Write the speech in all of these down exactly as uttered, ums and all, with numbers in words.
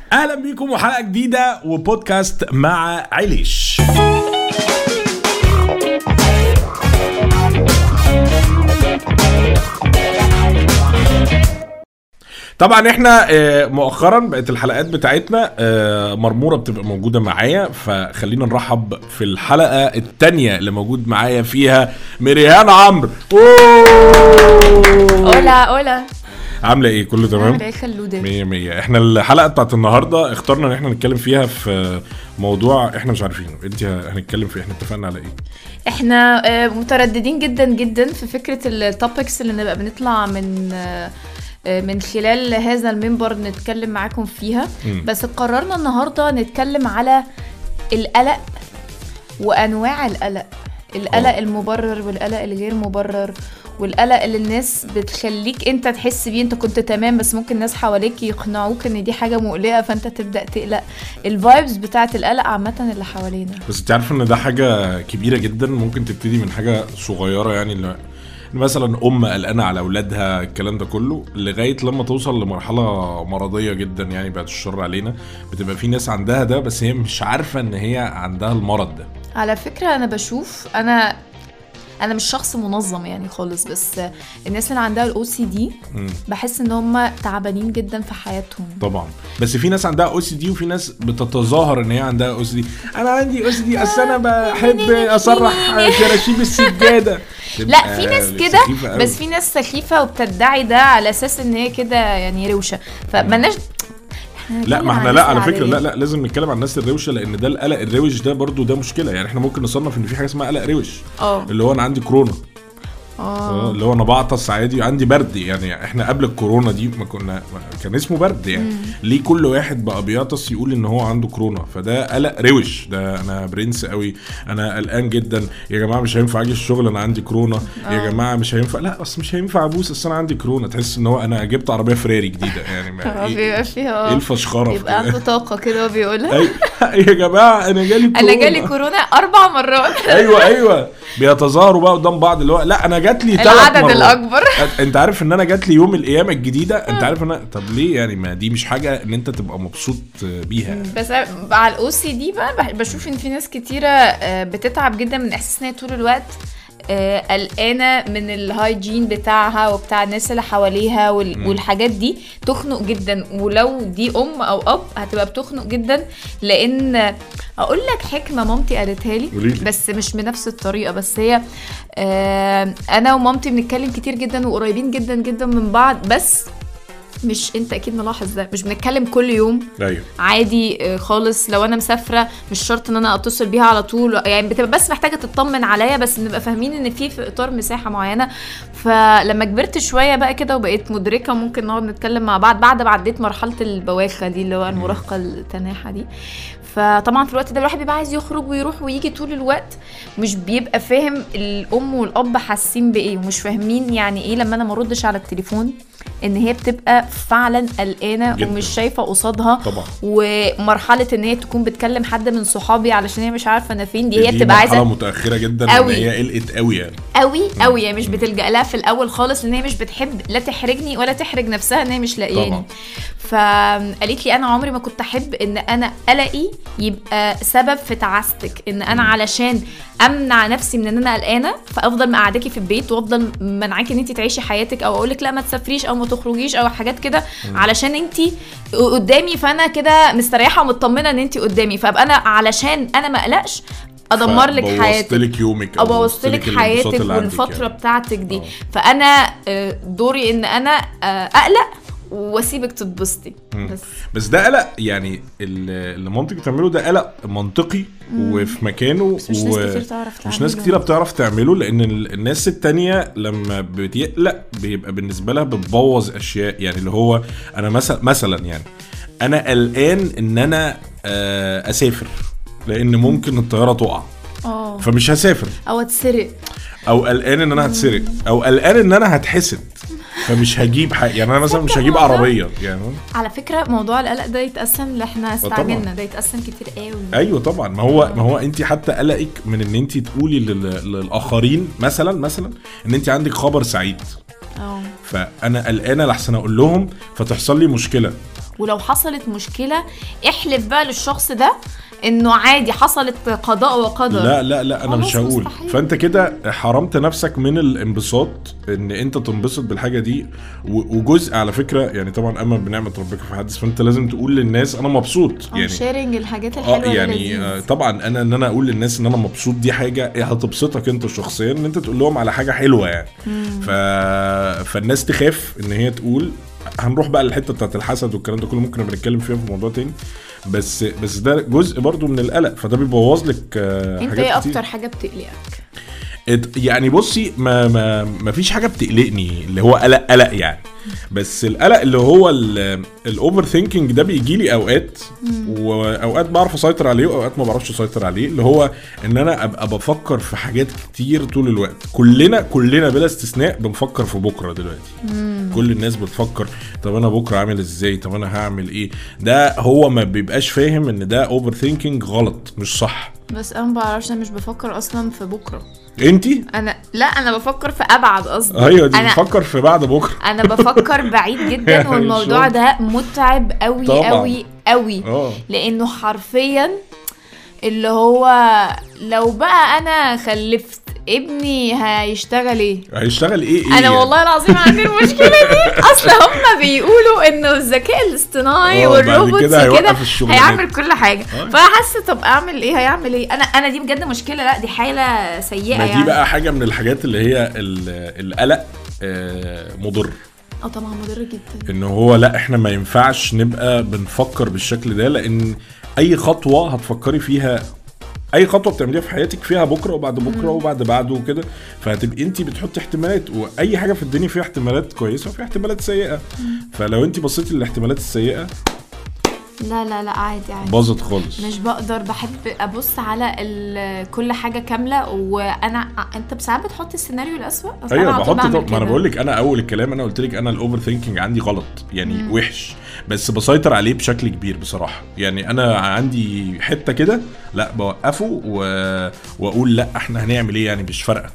اهلا بيكم وحلقه جديده وبودكاست مع عليش. طبعا احنا مؤخرا بقت الحلقات بتاعتنا مرموره بتبقى موجوده معايا، فخلينا نرحب في الحلقه الثانيه اللي موجود معايا فيها مريهان عمرو. اولا اولا عامله ايه؟ كله تمام؟ عامله ايه خلوده؟ مية مية. احنا الحلقه بتاعت النهارده اخترنا ان احنا نتكلم فيها في موضوع احنا مش عارفينه. انت هنتكلم فيه، احنا اتفقنا على ايه؟ احنا مترددين جدا جدا في فكره التوبكس اللي نبقى بنطلع من من خلال هذا المنبر نتكلم معاكم فيها. م. بس قررنا النهارده نتكلم على القلق وانواع القلق، القلق أوه. المبرر والقلق الغير مبرر، والقلق اللي الناس بتخليك انت تحس بيه انت كنت تمام بس ممكن الناس حواليك يقنعوك ان دي حاجه مقلقه فانت تبدا تقلق. الفايبز بتاعه القلق عامه اللي حوالينا، بس انت عارف ان ده حاجه كبيره جدا. ممكن تبتدي من حاجه صغيره، يعني اللي مثلا ام قلقانه على اولادها الكلام ده كله، لغايه لما توصل لمرحله مرضيه جدا. يعني بعد الشر علينا بتبقى في ناس عندها ده بس هي مش عارفه ان هي عندها المرض ده. على فكره انا بشوف انا انا مش شخص منظم يعني خالص، بس الناس اللي عندها الاو سي دي بحس ان هم تعبانين جدا في حياتهم. طبعا، بس في ناس عندها او سي دي وفي ناس بتتظاهر ان هي عندها او سي دي. انا عندي او سي دي اصل انا بحب اصرح شراشيب السجاده. لا في ناس كده، بس في ناس سخيفه وبتدعي ده على اساس ان هي كده يعني روشه، فمالناش لا ما احنا لا على فكره لا لا لازم نتكلم عن الناس الروشه، لان ده القلق الروش ده برضو ده مشكله. يعني احنا ممكن نصنف ان في حاجه اسمها قلق روش، اه اللي هو انا عندي كورونا، اه اللي هو انا بعطس عادي عندي برد. يعني احنا قبل الكورونا دي ما كنا كان اسمه برد يعني. مم. ليه كل واحد بقى بيعطس يقول ان هو عنده كورونا؟ فده قلق روش. ده انا برنس قوي، انا قلقان جدا يا جماعه، مش هينفع اجي الشغل انا عندي كورونا. أوه. يا جماعه مش هينفع، لا بس مش هينفع ابوس اصل انا عندي كورونا. تحس ان هو انا جبت عربيه فراري جديده يعني ما بيبقى فيها ايه الفشخره، يبقى عنده طاقه كده وبيقولها يا جماعه انا جالي كورونا، انا جالي كورونا اربع مرات. ايوه ايوه بيتظاهروا بقى قدام بعض اللي هو لا انا جات لي ثلاث مرات الاكبر. انت عارف ان انا جات لي يوم القيامه الجديده. انت عارف ان طب ليه يعني؟ ما دي مش حاجه ان انت تبقى مبسوط بيها. بس على الاو سي دي بقى بشوف ان في ناس كتيره بتتعب جدا من احساس ان هي طول الوقت قلقانه من الهايجين بتاعها وبتاع الناس اللي حواليها والحاجات دي تخنق جدا. ولو دي ام او اب هتبقى بتخنق جدا، لان اقول لك حكمه مامتي قالتها لي بس مش بنفس الطريقه. بس هي انا ومامتي بنتكلم كتير جدا وقريبين جدا جدا من بعض، بس مش انت اكيد ملاحظ ده، مش بنتكلم كل يوم. أيوه. عادي خالص. لو انا مسافره مش شرط ان انا اتصل بيها على طول، يعني بتبقى بس محتاجه تطمن عليا، بس نبقى فاهمين ان في في اطار مساحه معينه. فلما كبرت شويه بقى كده وبقيت مدركه ممكن نقعد نتكلم مع بعض بعد ما عديت مرحله البواخه دي اللي هو المراهقه التناحه دي. فطبعا في الوقت ده الواحد بيبقى عايز يخرج ويروح ويجي طول الوقت، مش بيبقى فاهم الام والاب حاسين بايه ومش فاهمين يعني ايه لما انا ما ردش على التليفون، ان هي بتبقى فعلا قلقانه ومش شايفه قصادها. طبعا. ومرحله ان هي تكون بتكلم حد من صحابي علشان هي مش عارفه انا فين، دي هي بتبقى عايزه مرحله متاخره جدا ان هي قلقت قوي يعني قوي قوي يعني مش بتلجأ لها في الاول خالص، لان هي مش بتحب لا تحرجني ولا تحرج نفسها ان هي مش لاقياني. فقالت لي انا عمري ما كنت احب ان انا قلقي يبقى سبب في تعاستك، ان انا علشان امنع نفسي من ان انا قلقانه فافضل مقعداكي في البيت وافضل منعاكي ان انت تعيشي حياتك، او اقولك لا ما تسافريش او ما تخرجيش او حاجات كده علشان انت قدامي، فانا كده مستريحه ومطمنه ان انت قدامي، فابقى انا علشان انا ما اقلقش ادمر لك حياتك، ابوظلك يومك او ابوظلك حياتك والفتره يعني. بتاعتك دي. أوه. فانا دوري ان انا اقلق واسيبك تتبسطي. بس بس ده قلق يعني اللي مامتك بتعمله ده قلق منطقي مم. وفي مكانه، مش ناس كتير تعرف مش ناس كتير بتعرف تعمله، لان الناس التانية لما بتقلق بيبقى بالنسبه لها بتبوظ اشياء. يعني اللي هو انا مثلا مثلا يعني انا قلقان ان انا اسافر لان ممكن الطياره تقع اه فمش هسافر، او اتسرق، او قلقان ان انا هتسرق، او قلقان ان انا هتحسد فمش هجيب حاجه. يعني انا مثلا مش هجيب عربيه. يعني على فكره موضوع القلق ده يتقسم اللي احنا استعجلنا ده يتقسم كتير قوي. ايوه طبعا. ما هو ما هو انت حتى قلقك من ان انت تقولي للاخرين مثلا مثلا ان انت عندك خبر سعيد، اه فانا قلقانه لحسن اقول لهم فتحصل لي مشكله، ولو حصلت مشكله احلف بقى للشخص ده انه عادي حصلت قضاء وقدر. لا لا لا انا مش هقول مستحيل. فانت كده حرمت نفسك من الانبساط ان انت تنبسط بالحاجه دي. وجزء على فكره يعني طبعا اما بنعمه ربك في حدث، فانت لازم تقول للناس انا مبسوط يعني شيرنج الحاجات الحلوه اه يعني آه طبعا انا ان انا اقول للناس ان انا مبسوط دي حاجه هتبسطك انت شخصيا، ان انت تقول لهم على حاجه حلوه يعني. ف... فالناس تخاف ان هي تقول. هنروح بقى للحته بتاعت الحسد والكلام ده كله، ممكن بنتكلم فيها في موضوع تاني، بس بس ده جزء برضو من القلق، فده بيبوظ لك حاجات انت ايه اكتر حاجه بتقلقك؟ يعني بصي ما ما ما فيش حاجه بتقلقني اللي هو قلق قلق يعني، بس القلق اللي هو الاوفر ثينكينج ده بيجي لي اوقات، واوقات بعرف اسيطر عليه واوقات ما بعرفش اسيطر عليه، اللي هو ان انا ابقى بفكر في حاجات كتير طول الوقت. كلنا كلنا بلا استثناء بنفكر في بكره دلوقتي. مم. كل الناس بتفكر طب انا بكره عامل ازاي، طب انا هعمل ايه. ده هو ما بيبقاش فاهم ان ده اوفر ثينكينج غلط مش صح. بس انا ما بعرفش، انا مش بفكر اصلا في بكره. انتي؟ انا لا انا بفكر في ابعد قصدي. ايوه دي بفكر في بعد بكره. انا بفكر بعيد جدا والموضوع ده متعب قوي طبعا. قوي قوي أوه. لانه حرفيا اللي هو لو بقى انا خلفت ابني هيشتغل ايه هيشتغل ايه, إيه انا يعني. والله العظيم عندي المشكله دي. اصل هم بيقولوا انه الذكاء الاصطناعي والروبوتس كده هيعمل كل حاجه، فحاسه طب اعمل ايه هيعمل ايه. انا انا دي بجد مشكله، لا دي حاله سيئه ما يعني. دي بقى حاجه من الحاجات اللي هي القلق مضر. اه طبعا مضر جدا، ان هو لا احنا ما ينفعش نبقى بنفكر بالشكل ده، لان اي خطوه هتفكري فيها، اي خطوه بتعمليها في حياتك فيها بكره وبعد بكره مم. وبعد بعده وكده، فهتبقي انت بتحطي احتمالات، واي حاجه في الدنيا فيها احتمالات كويسه وفيها احتمالات سيئه. مم. فلو انت بصيتي للاحتمالات السيئه لا لا لا عادي عادي باظت خالص. مش بقدر، بحب ابص على كل حاجه كامله. وانا انت ساعات بتحط السيناريو الاسوأ. ايوه بحط. ما انا بقول لك انا اول الكلام انا قلت لك انا الاوفر ثينكينج عندي غلط يعني مم. وحش، بس بسيطر عليه بشكل كبير بصراحه. يعني انا عندي حته كده لا بوقفه و... واقول لا احنا هنعمل ايه يعني مش فارقه.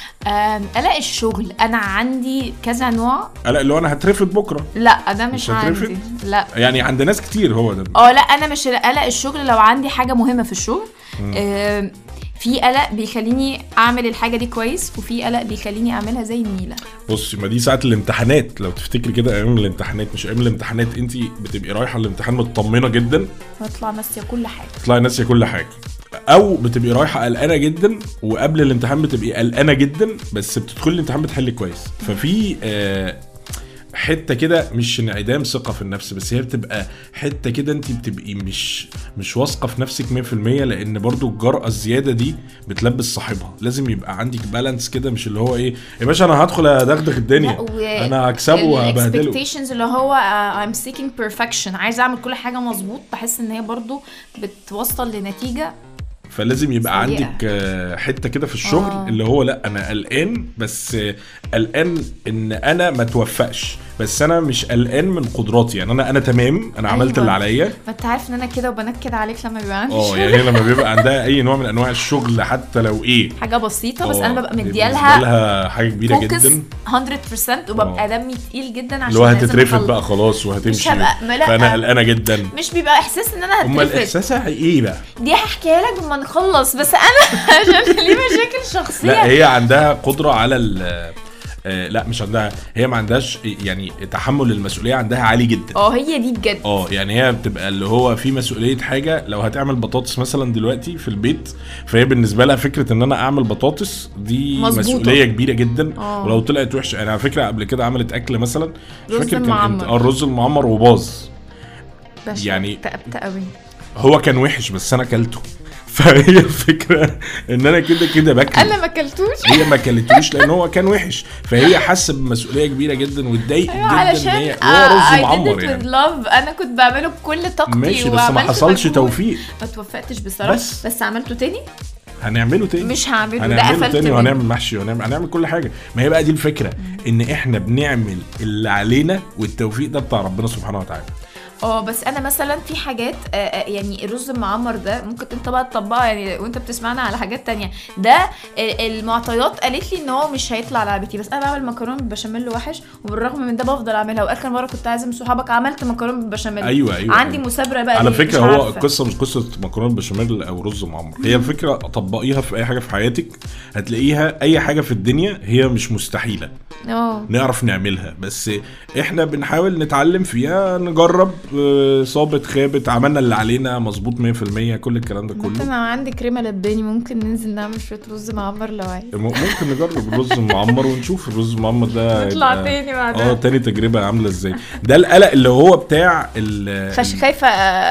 قلق الشغل انا عندي كذا نوع. قلق اللي هو انا هترفد بكره. لا ده مش, مش عندي. لا يعني عند ناس كتير هو ده. اه لا انا مش قلق الشغل لو عندي حاجه مهمه في الشغل. آه في قلق بيخليني اعمل الحاجه دي كويس، وفي قلق بيخليني اعملها زي النيله. بصي ما دي ساعه الامتحانات، لو تفتكري كده ايام الامتحانات، مش ايام الامتحانات انت بتبقي رايحه الامتحان مطمنه جدا واطلع ناسيه كل حاجه. تطلعي ناسيه كل حاجه، او بتبقي رايحه قلقانه جدا وقبل الامتحان بتبقي قلقانه جدا بس بتدخلي الامتحان بتحلي كويس. ففي آه حته كده مش انعدام ثقه في النفس، بس هي بتبقى حته كده انت بتبقي مش مش واثقه في نفسك مية في المية، لان برضو الجرأه الزياده دي بتلبس صاحبها. لازم يبقى عندك بالانس كده، مش اللي هو ايه يا باشا انا هدخل ادغدغ الدنيا انا هكسبه وهبهدله. الاكسبكتيشنز اللي هو I'm seeking perfection، عايز اعمل كل حاجه مظبوط، بحس ان هي برضو بتوصل لنتيجه. فلازم يبقى سيئة. عندك حته كده في الشغل آه. اللي هو لا انا قلقان، بس قلقان ان انا ما توفقش، بس انا مش قلقان من قدراتي. يعني انا انا تمام، انا عملت أيوة. اللي عليا. ما انت عارف ان انا كده وبنكد عليك لما بيبقى عندي اه يعني لما بيبقى عندها اي نوع من انواع الشغل حتى لو ايه حاجه بسيطه، بس انا ببقى مديالها لها حاجه كبيره جدا مية بالمية، وببقى دمي تقيل جدا عشان لو هتترفد بقى خلاص وهتمشي، فانا قلقانه جدا. مش بيبقى احساس ان انا هترفد. امال احساسها ايه بقى؟ دي هحكيها لك لما نخلص، بس انا عشان ليه مشاكل شخصيه. لا هي عندها قدره على ال آه لا مش عندها، هي ما عندهاش يعني تحمل المسؤوليه عندها عالي جدا. اه هي دي بجد. اه يعني هي بتبقى اللي هو في مسؤوليه حاجه، لو هتعمل بطاطس مثلا دلوقتي في البيت، فهي بالنسبه لها فكره ان انا اعمل بطاطس دي مزبوطة. مسؤوليه كبيره جدا. أوه. ولو طلعت وحشه يعني على فكره قبل كده عملت اكل مثلا مش فاكر كان اه الرز المعمر وباظ يعني تقبت قوي، هو كان وحش بس انا اكلته. فهي الفكره ان انا كده كده باكل، انا ما اكلتوش، هي ما اكلتوش لان هو كان وحش، فهي حاسه بمسؤوليه كبيره جدا واتضايقت أيوة جدا ان هي هو رز معمر يعني. انا كنت بعمله بكل طاقتي ماشي، بس ما حصلش توفيق، ما توفقتش بصراحه، بس, بس عملته تاني. هنعمله تاني، مش هعمله ده قفلت تاني، وهنعمل محشي وهنعمل هنعمل كل حاجه. ما هي بقى دي الفكره، ان احنا بنعمل اللي علينا والتوفيق ده بتاع ربنا سبحانه وتعالى. اه بس انا مثلا في حاجات يعني الرز المعمر ده ممكن انت بقى تطبقها يعني وانت بتسمعنا على حاجات تانية. ده المعطيات قالت لي ان هو مش هيطلع على بيتي، بس انا بعمل مكرونه بالبشاميل وحش وبالرغم من ده بفضل اعملها. واخر مره كنت عازم صحابك عملت مكرونه بالبشاميل. أيوة أيوة عندي أيوة. مثابره بقى على فكره هو القصه مش قصه مكرونه بالبشاميل او رز معمر، هي الفكره طبقيها في اي حاجه في حياتك هتلاقيها اي حاجه في الدنيا هي مش مستحيله اه نعرف نعملها، بس احنا بنحاول نتعلم فيها نجرب، صابت خابت عملنا اللي علينا مظبوط مية في المية كل الكلام ده كله. انا عندي كريمه لباني ممكن ننزل نعمل شويه رز معمر لو عايز. ممكن نجرب الرز المعمر ونشوف الرز المعمر ده نطلع تاني بعدها اه تاني تجربه عامله ازاي. ده القلق اللي هو بتاع فش خايفه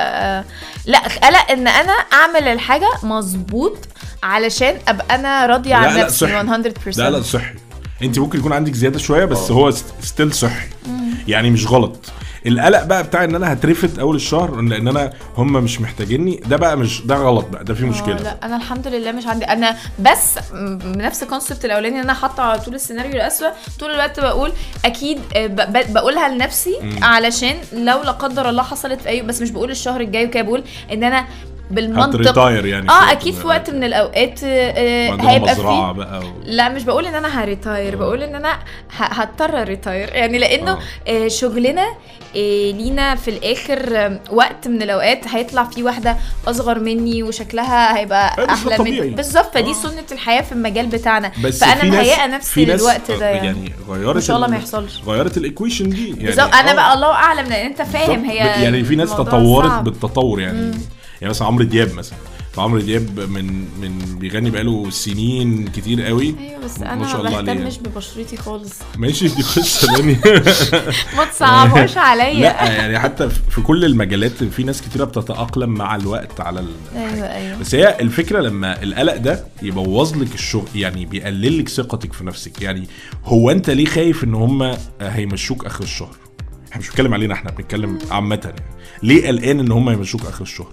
لا قلق ان انا اعمل الحاجه مظبوط علشان ابقى انا راضيه عن نفسي مية بالمية. لا لا صحي، انت ممكن يكون عندك زياده شويه بس أوه. هو ستيل صحي يعني مش غلط. القلق بقى بتاع ان انا هترفد اول الشهر لان انا هم مش محتاجيني، ده بقى مش ده غلط بقى، ده في مشكله. لا انا الحمد لله مش عندي، انا بس بنفس الكونسبت الاولاني ان انا حاطه على طول السيناريو الاسوأ طول الوقت، بقول اكيد بقولها لنفسي مم. علشان لو لا قدر الله حصلت في اي، بس مش بقول الشهر الجاي وكده، بقول ان انا بالمنطق يعني اه اكيد في وقت من الاوقات آه هيبقى فيه بقى و... لا مش بقول ان انا هريتاير، بقول ان انا هضطر ريتاير يعني لانه آه. آه شغلنا آه لينا في الاخر آه وقت من الاوقات هيطلع فيه واحده اصغر مني وشكلها هيبقى احلى مني بالظبط، فدي آه. سنه الحياه في المجال بتاعنا، فانا مهيئه نفسي للوقت ده يعني, يعني غيرت ان شاء الله ما يحصلش، غيرت الايكويشن دي يعني بالظبط. انا بقى الله اعلم لان انت فاهم هي يعني في ناس تطورت صعب. بالتطور يعني مم. يعني مثلا عمرو دياب مثلا، عمرو دياب من من بيغني بقاله سنين كتير قوي. ايوه بس انا ما بهتمش ببشرتي خالص. ماشي دي قصه ثانيه ما تصعبوش عليا. لا يعني حتى في كل المجالات في ناس كتيره بتتاقلم مع الوقت على ال... ايوه ايوه بس هي الفكره لما القلق ده يبوظ لك الشغل يعني بيقلل لك ثقتك في نفسك. يعني هو انت ليه خايف ان هم هيمشوك اخر الشهر؟ احنا مش بنتكلم علينا، احنا بنتكلم عامه يعني. ليه قلقان ان هم يمشوك اخر الشهر؟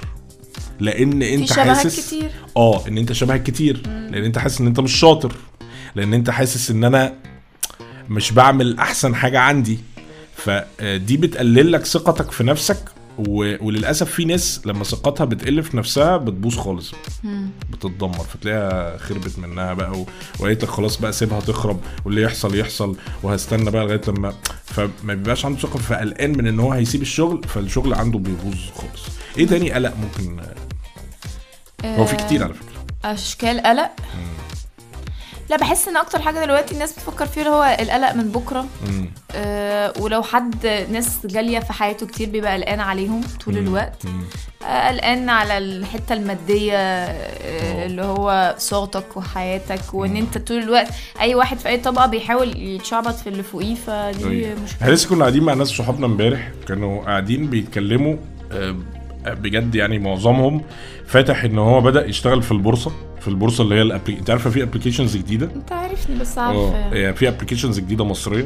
لان انت حاسس كتير. اه ان انت شبهك كتير مم. لان انت حاسس ان انت مش شاطر، لان انت حاسس ان انا مش بعمل احسن حاجه عندي، فدي بتقلل لك ثقتك في نفسك. وللاسف في ناس لما ثقتها بتقل في نفسها بتبوظ خالص مم. بتتدمر، فتلاقيها خربت منها بقى وقالت لك خلاص بقى سيبها تخرب واللي يحصل يحصل وهستنى بقى لغايه لما، فما بيبقاش عنده ثقه، فقلقان من ان هو هيسيب الشغل فالشغل عنده بيبوظ خالص. ايه تاني قلق ممكن؟ هو في كتير على فكره اشكال قلق. مم. لا بحس ان اكتر حاجه دلوقتي الناس بتفكر فيها هو القلق من بكره. آه ولو حد ناس جاليه في حياته كتير بيبقى قلقان عليهم طول مم. الوقت. آه قلقان على الحته الماديه آه اللي هو صوتك وحياتك، وان انت طول الوقت اي واحد في اي طبقه بيحاول يتشعبط في اللي فوقيه، فدي مشكله. احنا لسه كنا قاعدين مع ناس صحابنا امبارح كانوا قاعدين بيتكلموا آه بجد يعني معظمهم فاتح ان هو بدأ يشتغل في البورصة، في البورصة اللي هي الابلي... انت عارفه في ابلكيشنز جديدة، انت عارفني بس عارفه يعني في ابلكيشنز جديدة مصرية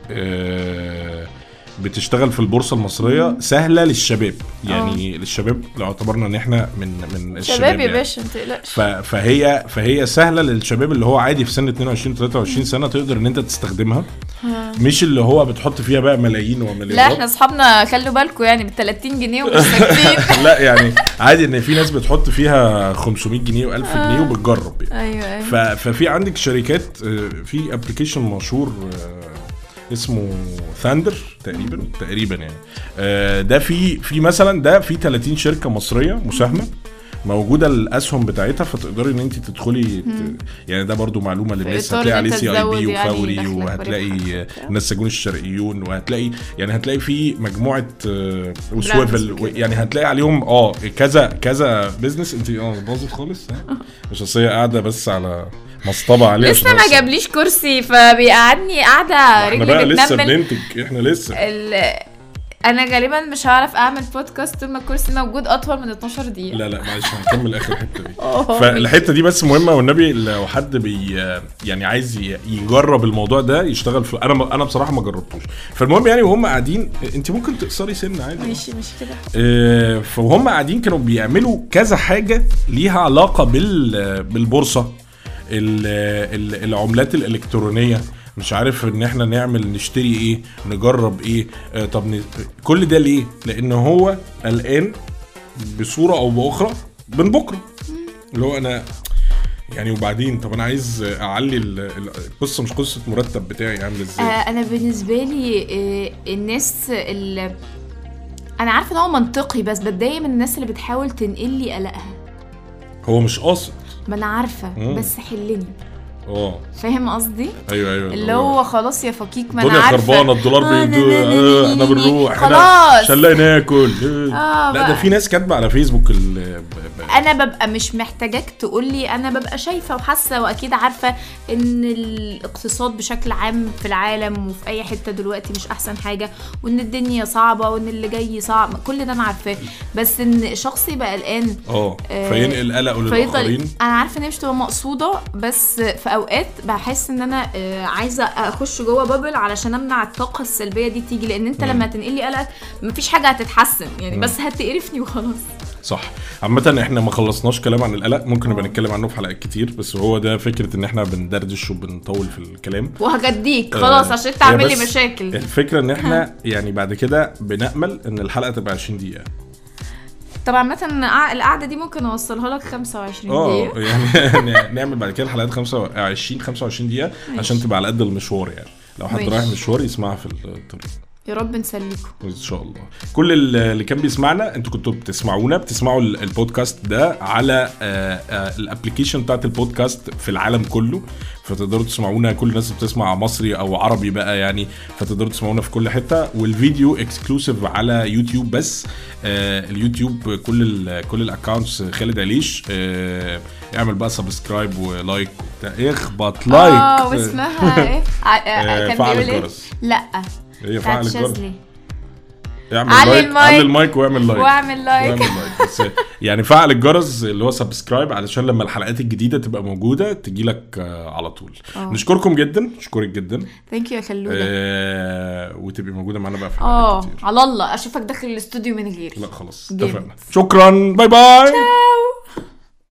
آه بتشتغل في البورصة المصرية مم. سهلة للشباب يعني أوه. للشباب لو اعتبرنا ان احنا من من الشباب شباب يا باشا انت تقلقش. فهي فهي سهلة للشباب اللي هو عادي في سن اتنين وعشرين تلاتة وعشرين سنة تقدر ان انت تستخدمها ها. مش اللي هو بتحط فيها بقى ملايين ومليارات. لا احنا اصحابنا خلوا بالكم يعني بالتلاتين جنيه ومش ساكتين. لا يعني عادي ان في ناس بتحط فيها خمسمية جنيه وألف جنيه وبتجرب يعني. ايوه ايوه. ففي عندك شركات في ابلكيشن مشهور اسمه ثاندر تقريبا تقريبا يعني آه ده في في مثلا ده في تلاتين شركه مصريه مساهمه موجوده الاسهم بتاعتها، فتقدري ان انت تدخلي يعني ده برضو معلومه للناس. هتلاقي عليه سي اي بي وفوري يعني وهتلاقي النساجون الشرقيون وهتلاقي يعني هتلاقي في مجموعه وسويفل يعني هتلاقي عليهم اه كذا كذا بيزنس. انت اه باظت خالص مش اصل قاعده بس على مصطبه عليه لسه ما جابليش كرسي فبيقعدني قاعده رجلي بتنمل. لسه بننتج احنا لسه انا غالبا مش هعرف اعمل بودكاست طول ما الكرسي موجود اطول من اتناشر دقيقه. لا لا معلش هنكمل اخر الحته دي. فالحته دي بس مهمه، والنبي لو حد بي يعني عايز يجرب الموضوع ده يشتغل في انا انا بصراحه ما جربتوش. فالمهم يعني وهم قاعدين انت ممكن تقصري سن عادي ماشي مش كده اه فهم قاعدين كانوا بيعملوا كذا حاجه ليها علاقه بال بالبورصه، العملات الالكترونيه، مش عارف ان احنا نعمل نشتري ايه نجرب ايه. آه طب ن... كل ده ليه؟ لان هو قلقان بصوره او باخرى من بكره اللي هو انا يعني. وبعدين طب انا عايز اعلي القصه مش قصه مرتب بتاعي عامل ازاي. آه انا بالنسبه لي آه الناس اللي انا عارفه ان هو منطقي بس بتضايق من الناس اللي بتحاول تنقل لي قلقها. هو مش قاصد ما انا عارفه مم. بس حلني. اه فاهم قصدي؟ ايوه ايوه اللي هو خلاص يا فكيك ما انا عارفه الدنيا خربانه الدولار بيدو احنا بنروح خلاص عشان لا ناكل. آه لا ده في ناس كاتبه على فيسبوك انا ببقى مش محتاجاك تقول لي، انا ببقى شايفه وحاسه واكيد عارفه ان الاقتصاد بشكل عام في العالم وفي اي حته دلوقتي مش احسن حاجه، وان الدنيا صعبه وان اللي جاي صعب، كل ده انا عارفاه. بس ان شخص يبقى قلقان اه فينقل قلقه للاخرين، انا عارفه ان هي مش تبقى مقصوده، بس في اوقات بحس ان انا عايزه اخش جوه بابل علشان امنع الطاقه السلبيه دي تيجي، لان انت م. لما تنقلي قلقك مفيش حاجه هتتحسن يعني م. بس هتقرفني وخلاص. صح. عامه احنا ما خلصناش كلام عن القلق، ممكن نبقى نتكلم عنه في حلقات كتير، بس هو ده فكره ان احنا بندردش وبنطول في الكلام وهجديك خلاص آه عشان تعمل لي مشاكل. الفكره ان احنا يعني بعد كده بنأمل ان الحلقه تبقى عشرين دقيقه. طبعا مثلا القعده دي ممكن اوصلها لك خمسة وعشرين دقيقه يعني نعمل بعد كده الحلقات خمسة وعشرين خمسة وعشرين دقيقه عشان تبقى على قد المشوار، يعني لو حد رايح مشوار يسمعها في الطريق. يا رب نسليكم ان شاء الله. كل اللي كان بيسمعنا انتوا كنتوا بتسمعونا بتسمعوا البودكاست ده على الابلكيشن بتاعت البودكاست في العالم كله، فتقدروا تسمعونا. كل الناس بتسمع مصري او عربي بقى يعني، فتقدروا تسمعونا في كل حته. والفيديو اكسكلوسيف على يوتيوب بس. اليوتيوب كل ال كل الاكونتس خالد عليش. اعمل بقى سبسكرايب ولايك اخبط لايك اه واسمها ايه كان بيقول ايه؟ لا هي فعل الجرس. اعمل لايك على المايك واعمل لايك واعمل لايك بس يعني فعل الجرس اللي هو سبسكرايب علشان لما الحلقات الجديده تبقى موجوده تجيلك على طول. أوه. نشكركم جدا، نشكرك جدا. ثانك يو يا خلوده. آه وتبقي موجوده معانا بقى في حلقات كتير. اه على الله اشوفك داخل الاستوديو من غير. لا خلاص اتفقنا. شكرا باي باي.